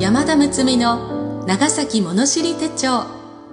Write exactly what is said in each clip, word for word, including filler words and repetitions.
山田睦美の長崎物知り手帳。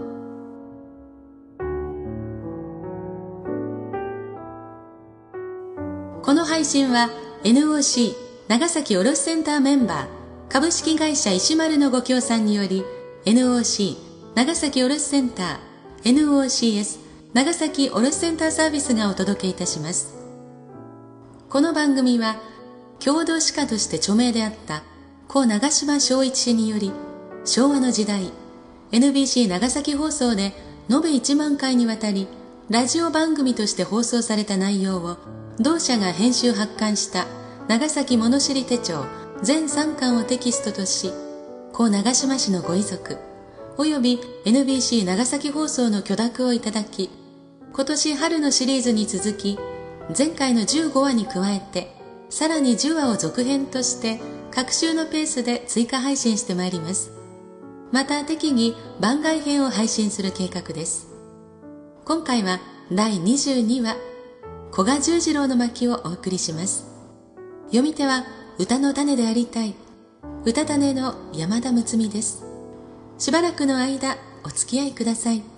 この配信は エヌオーシー 長崎卸センターメンバー株式会社石丸のご協賛により エヌオーシー 長崎卸センター エヌオーシーエス 長崎卸センターサービスがお届けいたします。この番組は郷土史家として著名であった故長島昭一氏により、昭和の時代 エヌビーシー 長崎放送で延べいちまんかいにわたりラジオ番組として放送された内容を同社が編集発刊した長崎物知り手帳全さんかんをテキストとし、故長島氏のご遺族および エヌビーシー 長崎放送の許諾をいただき、今年春のシリーズに続き前回のじゅうごわに加えてさらにじゅうわを続編として各週のペースで追加配信してまいります。また適宜番外編を配信する計画です。今回はだいにじゅうにわ古賀十次郎の巻をお送りします。読み手は歌の種でありたい歌種の山田睦美です。しばらくの間お付き合いください。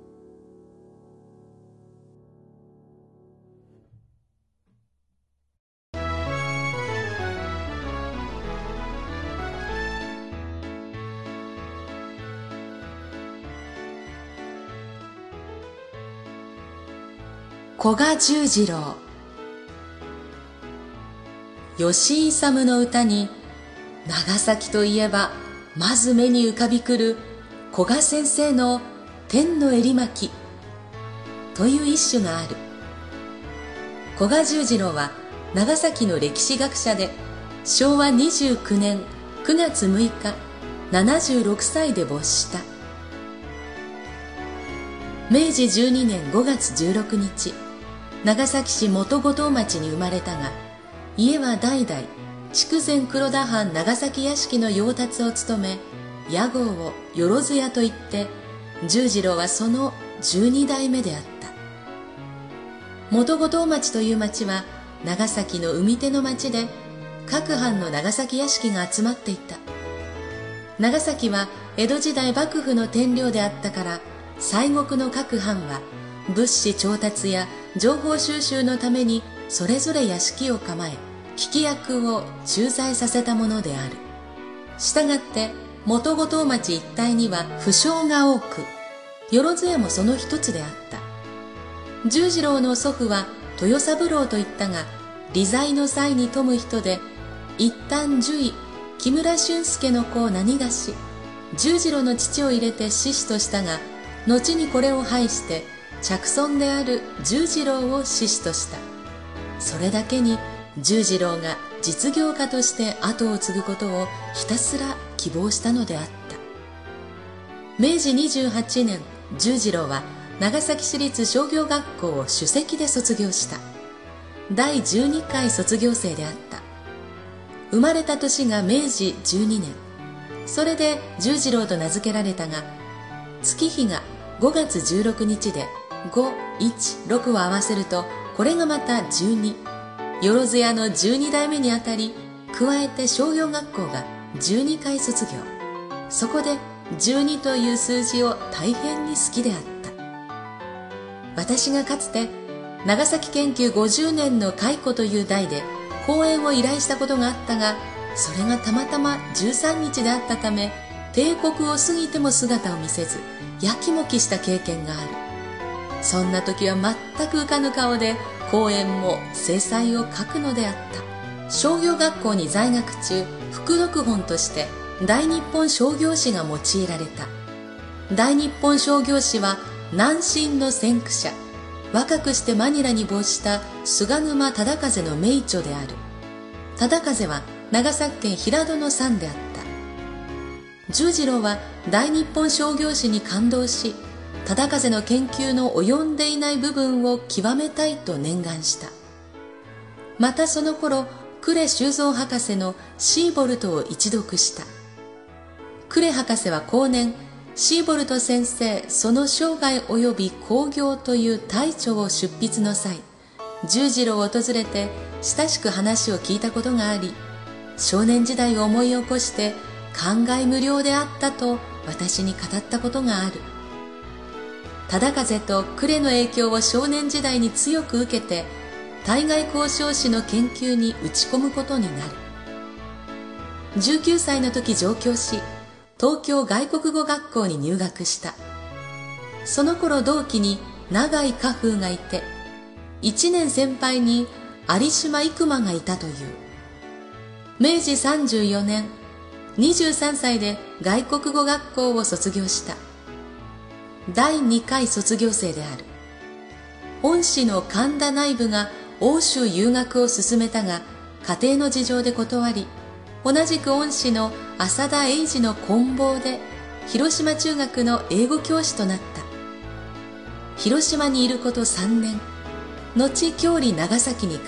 古賀十次郎。吉井勇の歌に長崎といえばまず目に浮かびくる古賀先生の天の襟巻きという一首がある。古賀十次郎は長崎の歴史学者で、しょうわにじゅうきゅうねんくがつむいかななじゅうろくさいで没した。めいじじゅうにねんごがつじゅうろくにち、長崎市元五島町に生まれたが、家は代々筑前黒田藩長崎屋敷の養達を務め、屋号をよろず屋といって、十次郎はそのじゅうにだいめであった。元五島町という町は長崎の海手の町で、各藩の長崎屋敷が集まっていた。長崎は江戸時代幕府の天領であったから、西国の各藩は物資調達や情報収集のためにそれぞれ屋敷を構え、聞き役を駐在させたものである。したがって元五島町一帯には府省が多く、よろず屋もその一つであった。十次郎の祖父は豊三郎といったが、利罪の際に富む人で、一旦寿位木村俊介の子を何がし、十次郎の父を入れて子子としたが、後にこれを廃して嫡孫である十次郎を子子とした。それだけに十次郎が実業家として後を継ぐことをひたすら希望したのであった。めいじにじゅうはちねん、十次郎は長崎市立商業学校を首席で卒業した。だいじゅうにかい卒業生であった。生まれた年がめいじじゅうにねん。それで十次郎と名付けられたが、月日がごがつじゅうろくにちでご、いち、ろくを合わせると、これがまたじゅうに。よろず屋のじゅうにだいめにあたり、加えて商業学校がじゅうにかい卒業。そこでじゅうにという数字を大変に好きであった。私がかつて長崎研究ごじゅうねんの回顧という題で講演を依頼したことがあったが、それがたまたまじゅうさんにちであったため、定刻を過ぎても姿を見せず、やきもきした経験がある。そんな時は全く浮かぬ顔で講演も正裁を書くのであった。商業学校に在学中、副読本として大日本商業史が用いられた。大日本商業史は南進の先駆者、若くしてマニラに没した菅沼忠風の名著である。忠風は長崎県平戸の参であった。十次郎は大日本商業史に感動し、忠風の研究の及んでいない部分を極めたいと念願した。またその頃、呉修造博士のシーボルトを一読した。呉博士は後年、シーボルト先生その生涯及び興行という大著を出筆の際、十次郎を訪れて親しく話を聞いたことがあり、少年時代を思い起こして感慨無量であったと私に語ったことがある。忠風と呉の影響を少年時代に強く受けて、対外交渉史の研究に打ち込むことになる。じゅうきゅうさいの時上京し、東京外国語学校に入学した。その頃同期に永井家風がいて、いちねん先輩に有島生馬がいたという。めいじさんじゅうよねん、にじゅうさんさいで外国語学校を卒業した。だいにかい卒業生である。恩師の神田内部が欧州遊学を進めたが、家庭の事情で断り、同じく恩師の浅田英二の棍棒で広島中学の英語教師となった。広島にいることさんねん、後郷里長崎に帰った。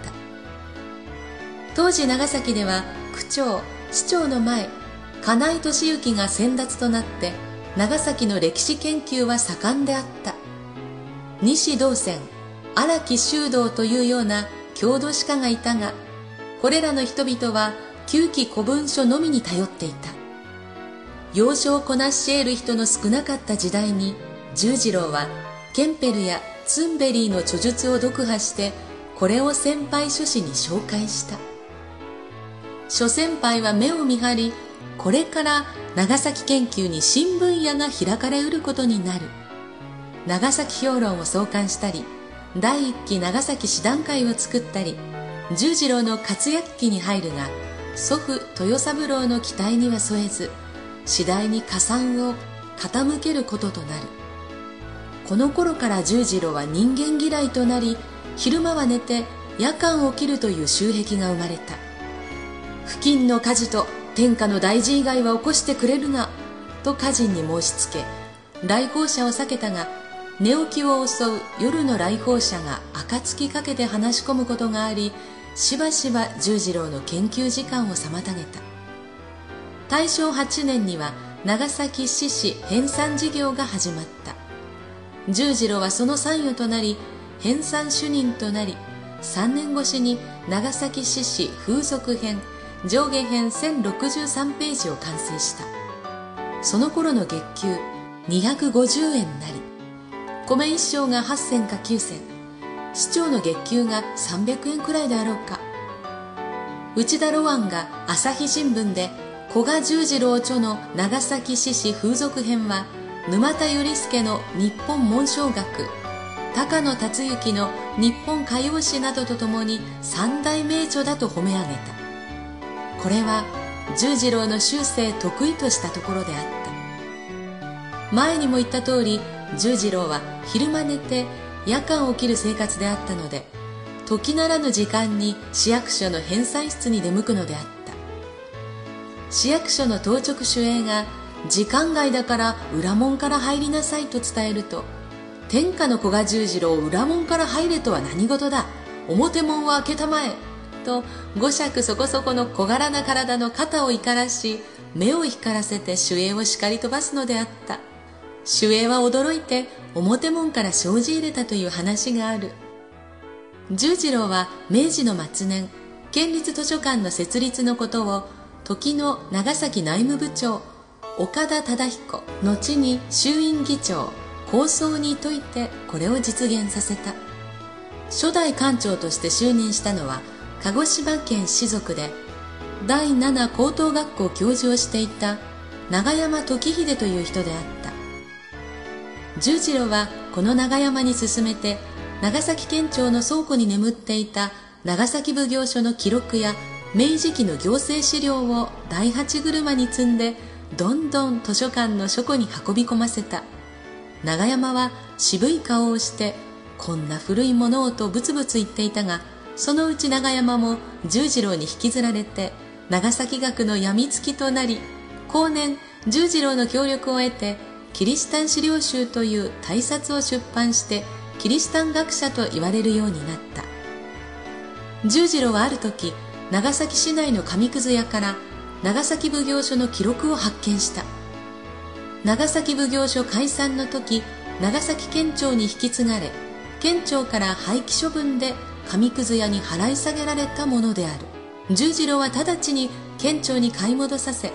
当時長崎では区長、市長の前、金井俊之が先達となって長崎の歴史研究は盛んであった。西道泉、荒木修道というような郷土史家がいたが、これらの人々は旧記古文書のみに頼っていた。要所をこなし得る人の少なかった時代に、十次郎はケンペルやツンベリーの著述を読破して、これを先輩書士に紹介した。諸先輩は目を見張り、これから長崎研究に新分野が開かれうることになる。長崎評論を創刊したり、第一期長崎詩談会を作ったり、十次郎の活躍期に入るが、祖父豊三郎の期待には添えず、次第に加算を傾けることとなる。この頃から十次郎は人間嫌いとなり、昼間は寝て夜間起きるという習癖が生まれた。付近の火事と天下の大事以外は起こしてくれるな、と家人に申し付け、来訪者を避けたが、寝起きを襲う夜の来訪者が暁かけて話し込むことがあり、しばしば十次郎の研究時間を妨げた。大正はちねんには長崎市史編纂事業が始まった。十次郎はその参与となり、編纂主任となり、さんねんごしに長崎市史風俗編上下編せんろくじゅうさんページを完成した。その頃の月給にひゃくごじゅうえんなり、米一升がはっせんかきゅうせん、市長の月給がさんびゃくえんくらいであろうか。内田露庵が朝日新聞で古賀十次郎著の長崎市史風俗編は、沼田頼助の日本紋章学、高野達之の日本歌謡史などとともに三大名著だと褒め上げた。これは十次郎の終生得意としたところであった。前にも言った通り、十次郎は昼間寝て夜間起きる生活であったので、時ならぬ時間に市役所の編纂室に出向くのであった。市役所の当直守衛が、時間外だから裏門から入りなさいと伝えると、天下の古賀十次郎、裏門から入れとは何事だ、表門は開けたまえと、五尺そこそこの小柄な体の肩を怒らし、目を光らせて守衛を叱り飛ばすのであった。守衛は驚いて表門から障子入れたという話がある。十次郎は明治の末年、県立図書館の設立のことを時の長崎内務部長岡田忠彦、後に衆院議長構想に説いてこれを実現させた。初代館長として就任したのは鹿児島県士族でだいなな高等学校教授をしていた長山時秀という人であった。十次郎はこの長山に進めて、長崎県庁の倉庫に眠っていた長崎奉行所の記録や明治期の行政資料を第八車に積んで、どんどん図書館の書庫に運び込ませた。長山は渋い顔をして、こんな古いものをとブツブツ言っていたが、そのうち長山も十次郎に引きずられて、長崎学の病みつきとなり、後年十次郎の協力を得て、キリシタン資料集という大冊を出版して、キリシタン学者と言われるようになった。十次郎はある時、長崎市内の紙くず屋から長崎奉行所の記録を発見した。長崎奉行所解散の時、長崎県庁に引き継がれ、県庁から廃棄処分で紙くず屋に払い下げられたものである。十次郎は直ちに県庁に買い戻させ、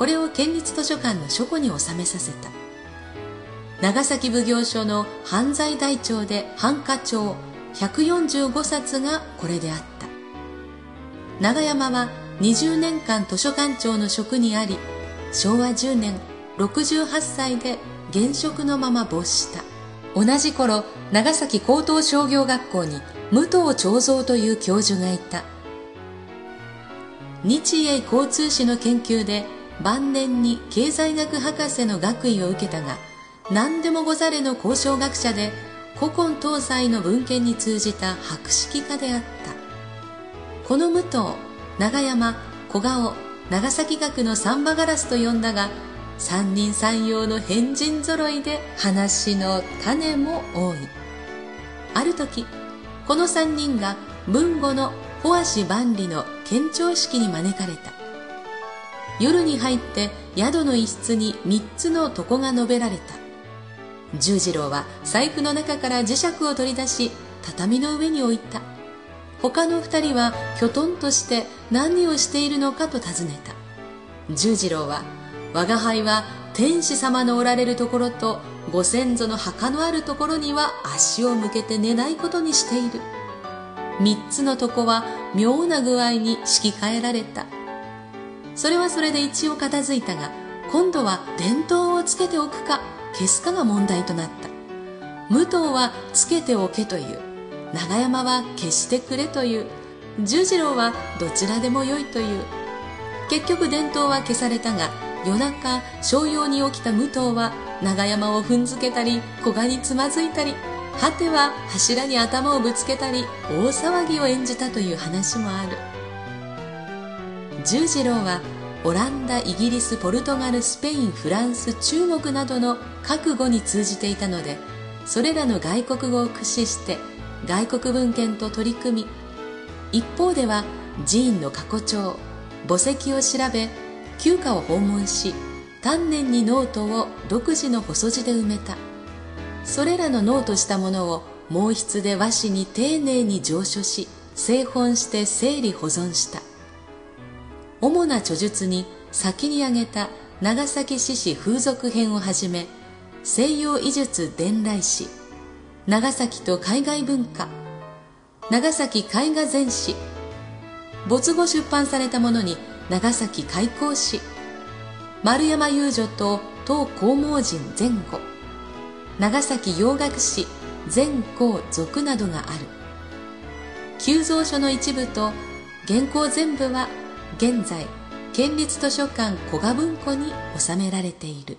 これを県立図書館の書庫に収めさせた。長崎奉行所の犯罪台帳で犯科帳ひゃくよんじゅうごさつがこれであった。長山はにじゅうねんかん図書館長の職にあり、しょうわじゅうねんろくじゅうはっさいで現職のまま没した。同じ頃、長崎高等商業学校に武藤長三という教授がいた。日英交通史の研究で晩年に経済学博士の学位を受けたが、何でもござれの交渉学者で古今東西の文献に通じた博識家であった。この武藤、長山、小顔、長崎学のサンバガラスと呼んだが、三人三様の変人揃いで話の種も多い。ある時、この三人が豊後の保足万里の県庁式に招かれた。夜に入って宿の一室に三つの床が述べられた。十次郎は財布の中から磁石を取り出し、畳の上に置いた。他の二人はきょとんとして何をしているのかと尋ねた。十次郎は、我が輩は天使様のおられるところとご先祖の墓のあるところには足を向けて寝ないことにしている。三つの床は妙な具合に敷き換えられた。それはそれで一応片付いたが、今度は電灯をつけておくか消すかが問題となった。武藤はつけておけという、長山は消してくれという、十次郎はどちらでもよいという。結局電灯は消されたが、夜中商用に起きた武藤は長山を踏んづけたり古賀につまずいたり、果ては柱に頭をぶつけたり大騒ぎを演じたという話もある。十次郎はオランダ、イギリス、ポルトガル、スペイン、フランス、中国などの各語に通じていたので、それらの外国語を駆使して外国文献と取り組み、一方では寺院の過去帳、墓石を調べ、旧家を訪問し、丹念にノートを独自の細字で埋めた。それらのノートしたものを毛筆で和紙に丁寧に上書し、製本して整理保存した。主な著述に先に挙げた長崎志士風俗編をはじめ、西洋医術伝来史、長崎と海外文化、長崎絵画全史、没後出版されたものに長崎開港史、丸山遊女と当黄毛人前後、長崎洋楽史前後続などがある。旧蔵書の一部と原稿全部は現在県立図書館古賀文庫に収められている。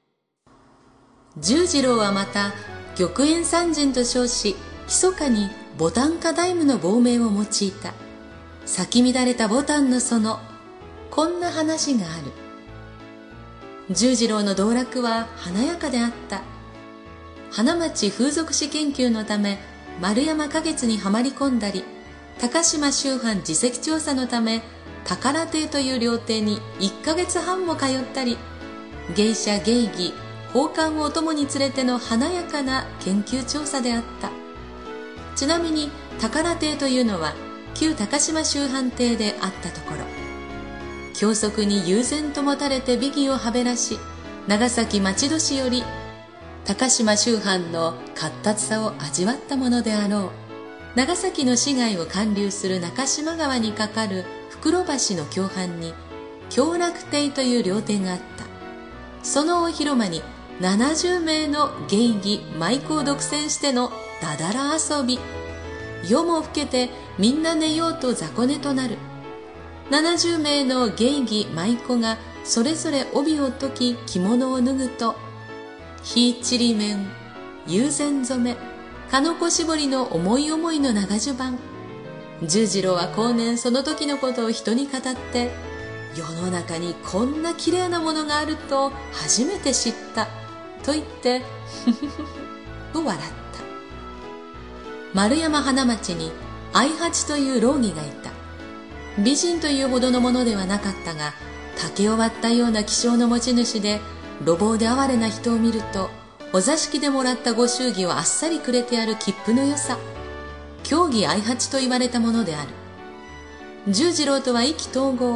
十次郎はまた玉円三人と称し、密かにボタンカダイムの亡名を用いた。咲き乱れたボタンの園、こんな話がある。十次郎の道楽は華やかであった。花町風俗史研究のため丸山花月にはまり込んだり、高島秋藩自責調査のため宝亭という料亭にいっかげつはんも通ったり、芸者芸妓宝冠をお供に連れての華やかな研究調査であった。ちなみに宝亭というのは旧高島秋藩邸であったところ、教則に悠然と持たれて美儀をはべらし、長崎町戸市より高島秋藩の闊達さを味わったものであろう。長崎の市街を貫流する中島川に架かる袋橋の共犯に共楽亭という料亭があった。その大広間にななじゅうめいの芸妓舞妓を独占してのだだら遊び。夜も更けてみんな寝ようと雑魚寝となる。ななじゅうめいの芸妓舞妓がそれぞれ帯を解き着物を脱ぐと、ひちりめん、友禅染め、かのこ絞りの思い思いの長襦袢。十次郎は後年その時のことを人に語って、世の中にこんな綺麗なものがあると初めて知ったと言ってふふふふと笑った。丸山花町に愛八という老妓がいた。美人というほどのものではなかったが、竹を割ったような気性の持ち主で、路傍で哀れな人を見るとお座敷でもらったご祝儀をあっさりくれてやる切符の良さ、競技愛八と言われたものである。十次郎とは意気投合。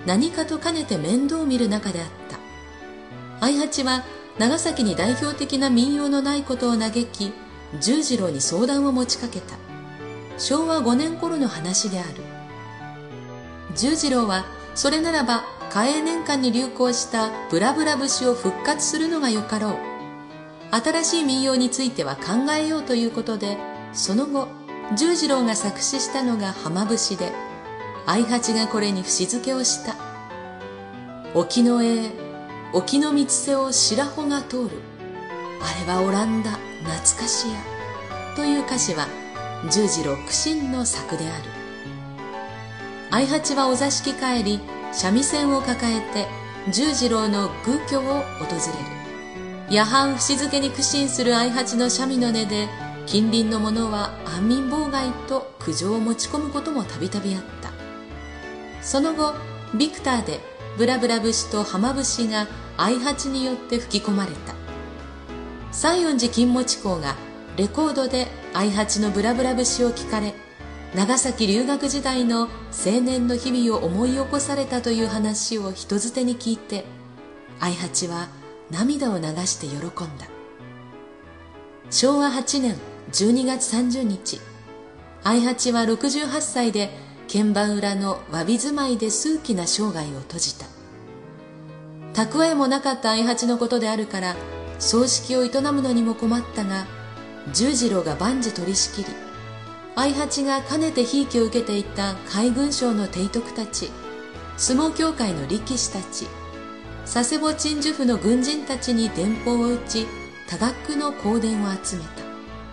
何かと兼ねて面倒を見る仲であった。愛八は長崎に代表的な民謡のないことを嘆き、十次郎に相談を持ちかけた。しょうわごねん頃の話である。十次郎は、それならば嘉永年間に流行したブラブラ節を復活するのがよかろう。新しい民謡については考えようということで、その後十次郎が作詞したのが浜節で、愛八がこれに節付けをした。沖の絵沖の三瀬を白帆が通る、あれはオランダ懐かしや、という歌詞は十次郎苦心の作である。愛八はお座敷帰り、三味線を抱えて十次郎の寓居を訪れる。夜半節付けに苦心する愛八の三味の音で、近隣の者は安眠妨害と苦情を持ち込むこともたびたびあった。その後ビクターでブラブラ節と浜節が愛八によって吹き込まれた。西園寺金持公がレコードで愛八のブラブラ節を聞かれ、長崎留学時代の青年の日々を思い起こされたという話を人づてに聞いて、愛八は涙を流して喜んだ。しょうわはちねんじゅうにがつさんじゅうにち、愛八はろくじゅうはっさいで鍵盤裏のわび住まいで数奇な生涯を閉じた。蓄えもなかった愛八のことであるから、葬式を営むのにも困ったが、十次郎が万事取り仕切り、愛八がかねてひいきを受けていた海軍省の提督たち、相撲協会の力士たち、佐世保鎮守府の軍人たちに電報を打ち、多額の香典を集めた。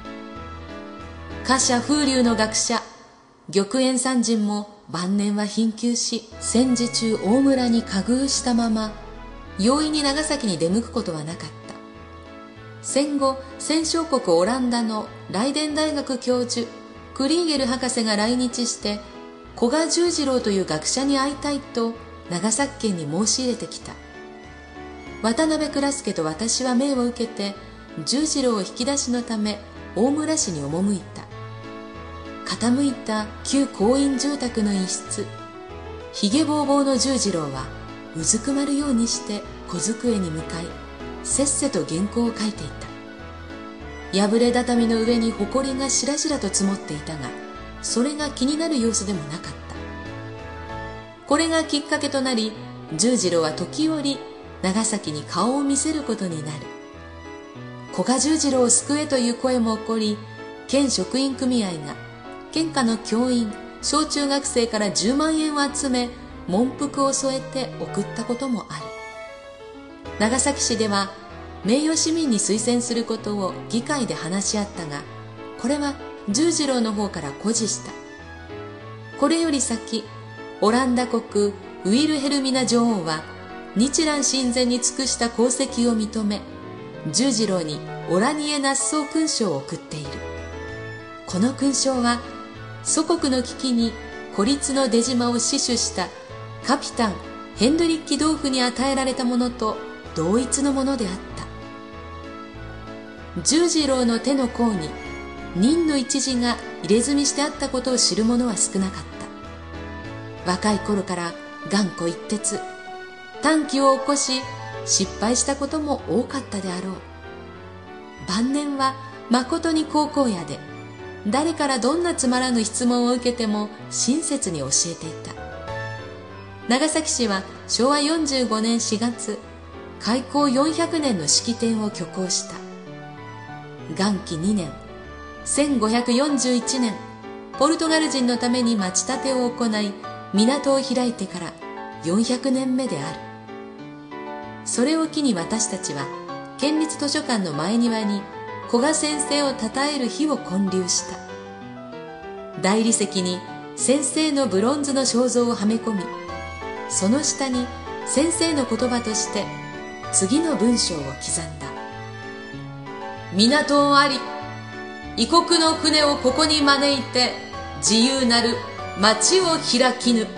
華奢風流の学者玉燕三人も晩年は貧窮し、戦時中大村に下宮したまま容易に長崎に出向くことはなかった。戦後戦勝国オランダのライデン大学教授クリーゲル博士が来日して、古賀十次郎という学者に会いたいと長崎県に申し入れてきた。渡辺倉助と私は命を受けて、十次郎を引き出しのため大村市に赴いた。傾いた旧公院住宅の一室、ひげぼうぼうの十次郎はうずくまるようにして小机に向かい、せっせと原稿を書いていた。破れ畳の上に埃がしらしらと積もっていたが、それが気になる様子でもなかった。これがきっかけとなり、十次郎は時折長崎に顔を見せることになる。古賀十次郎を救えという声も起こり、県職員組合が県下の教員小中学生からじゅうまんえんを集め、文福を添えて送ったこともある。長崎市では名誉市民に推薦することを議会で話し合ったが、これは十次郎の方から固辞した。これより先、オランダ国ウィルヘルミナ女王は日蘭親善に尽くした功績を認め、十次郎にオラニエナッソー勲章を贈っている。この勲章は祖国の危機に孤立の出島を死守したカピタンヘンドリッキ・ドーフに与えられたものと同一のものであった。十次郎の手の甲に任の一字が入れ墨してあったことを知る者は少なかった。若い頃から頑固一徹、短気を起こし失敗したことも多かったであろう。晩年はまことに高校野で、誰からどんなつまらぬ質問を受けても親切に教えていた。長崎市はしょうわよんじゅうごねんしがつ、開港よんひゃくねんの式典を挙行した。元亀にねん、せんごひゃくよんじゅういちねん、ポルトガル人のために町建てを行い、港を開いてからよんひゃくねんめである。それを機に私たちは県立図書館の前庭に古賀先生をたたえる碑を建立した。大理石に先生のブロンズの肖像をはめ込み、その下に先生の言葉として次の文章を刻んだ。港あり、異国の船をここに招いて自由なる町を開きぬ。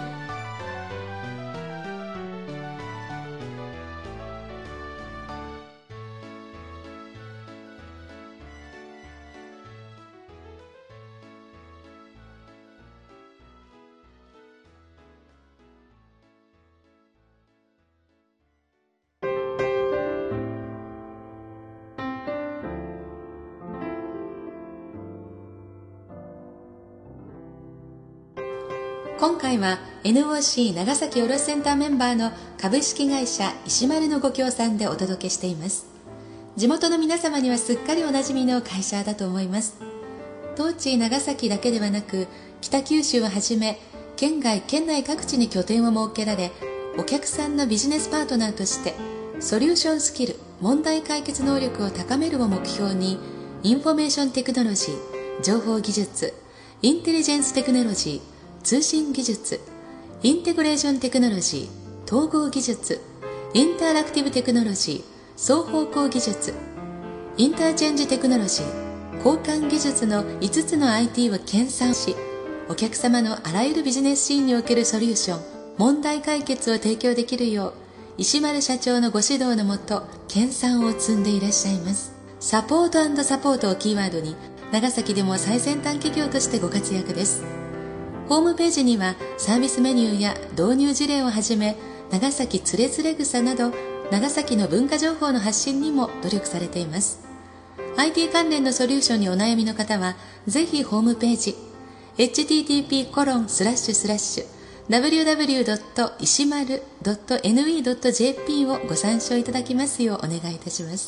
今回は エヌオーシー 長崎卸センターメンバーの株式会社石丸のご協賛でお届けしています。地元の皆様にはすっかりおなじみの会社だと思います。当地長崎だけではなく、北九州をはじめ県外県内各地に拠点を設けられ、お客さんのビジネスパートナーとしてソリューションスキル、問題解決能力を高めるを目標に、インフォメーションテクノロジー、情報技術、インテリジェンステクノロジー、通信技術、インテグレーションテクノロジー、統合技術、インターラクティブテクノロジー、双方向技術、インターチェンジテクノロジー、交換技術のいつつの アイティー を研鑽し、お客様のあらゆるビジネスシーンにおけるソリューション、問題解決を提供できるよう、石丸社長のご指導のもと、研鑽を積んでいらっしゃいます。サポート&サポートをキーワードに、長崎でも最先端企業としてご活躍です。ホームページにはサービスメニューや導入事例をはじめ、長崎つれづれ草など長崎の文化情報の発信にも努力されています。 アイティー 関連のソリューションにお悩みの方はぜひホームページ エイチティーティーピーコロンスラッシュスラッシュダブリューダブリュードットいしまるドットエヌイードットジェーピー をご参照いただきますようお願いいたします。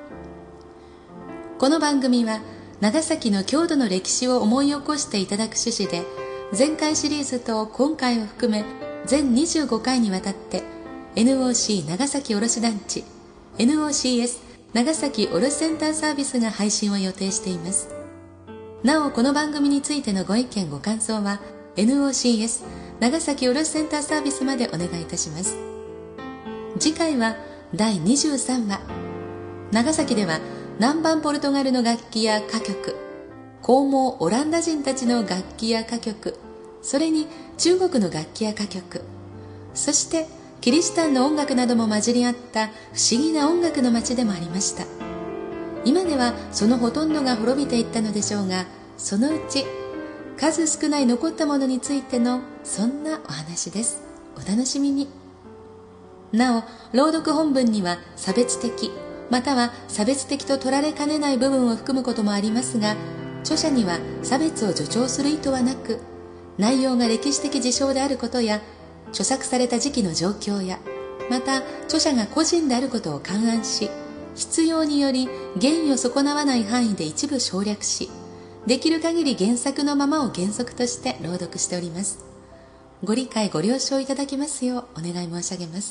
この番組は長崎の郷土の歴史を思い起こしていただく趣旨で、前回シリーズと今回を含め全にじゅうごかいにわたって エヌオーシー 長崎卸団地 エヌオーシーエス 長崎卸センターサービスが配信を予定しています。なおこの番組についてのご意見ご感想は エヌオーシーエス 長崎卸センターサービスまでお願いいたします。次回はだいにじゅうさんわ。長崎では南蛮ポルトガルの楽器や歌曲、黄毛オランダ人たちの楽器や歌曲、それに中国の楽器や歌曲、そしてキリシタンの音楽なども混じり合った不思議な音楽の街でもありました。今ではそのほとんどが滅びていったのでしょうが、そのうち数少ない残ったものについてのそんなお話です。お楽しみに。なお朗読本文には差別的または差別的と取られかねない部分を含むこともありますが、著者には差別を助長する意図はなく、内容が歴史的事象であることや著作された時期の状況や、また著者が個人であることを勘案し、必要により原意を損なわない範囲で一部省略し、できる限り原作のままを原則として朗読しております。ご理解ご了承いただきますようお願い申し上げます。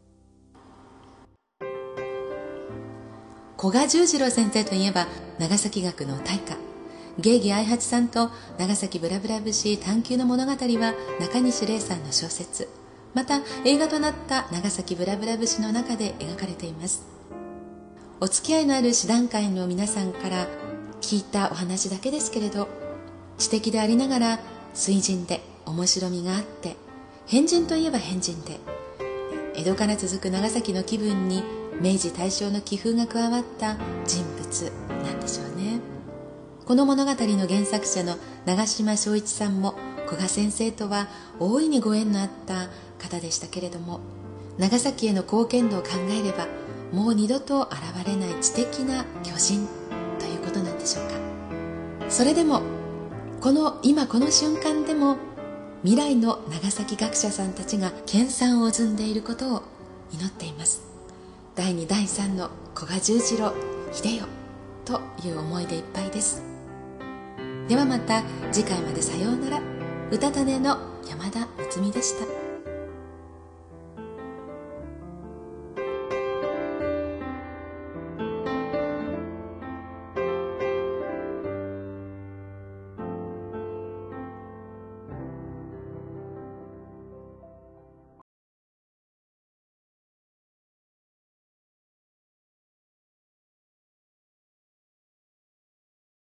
古賀十次郎先生といえば長崎学の大家、芸妓愛八さんと長崎ぶらぶら節探求の物語は中西礼さんの小説、また映画となった長崎ぶらぶら節の中で描かれています。お付き合いのある師団会の皆さんから聞いたお話だけですけれど、知的でありながら水人で面白みがあって、変人といえば変人で、江戸から続く長崎の気分に明治大正の気風が加わった人物なんでしょうね。この物語の原作者の長嶋昭一さんも古賀先生とは大いにご縁のあった方でしたけれども、長崎への貢献度を考えればもう二度と現れない知的な巨人ということなんでしょうか。それでもこの今この瞬間でも未来の長崎学者さんたちが研鑽を積んでいることを祈っています。だいにだいさんの古賀十次郎秀よという思いでいっぱいです。ではまた次回までさようなら。うたたねの山田睦美でした。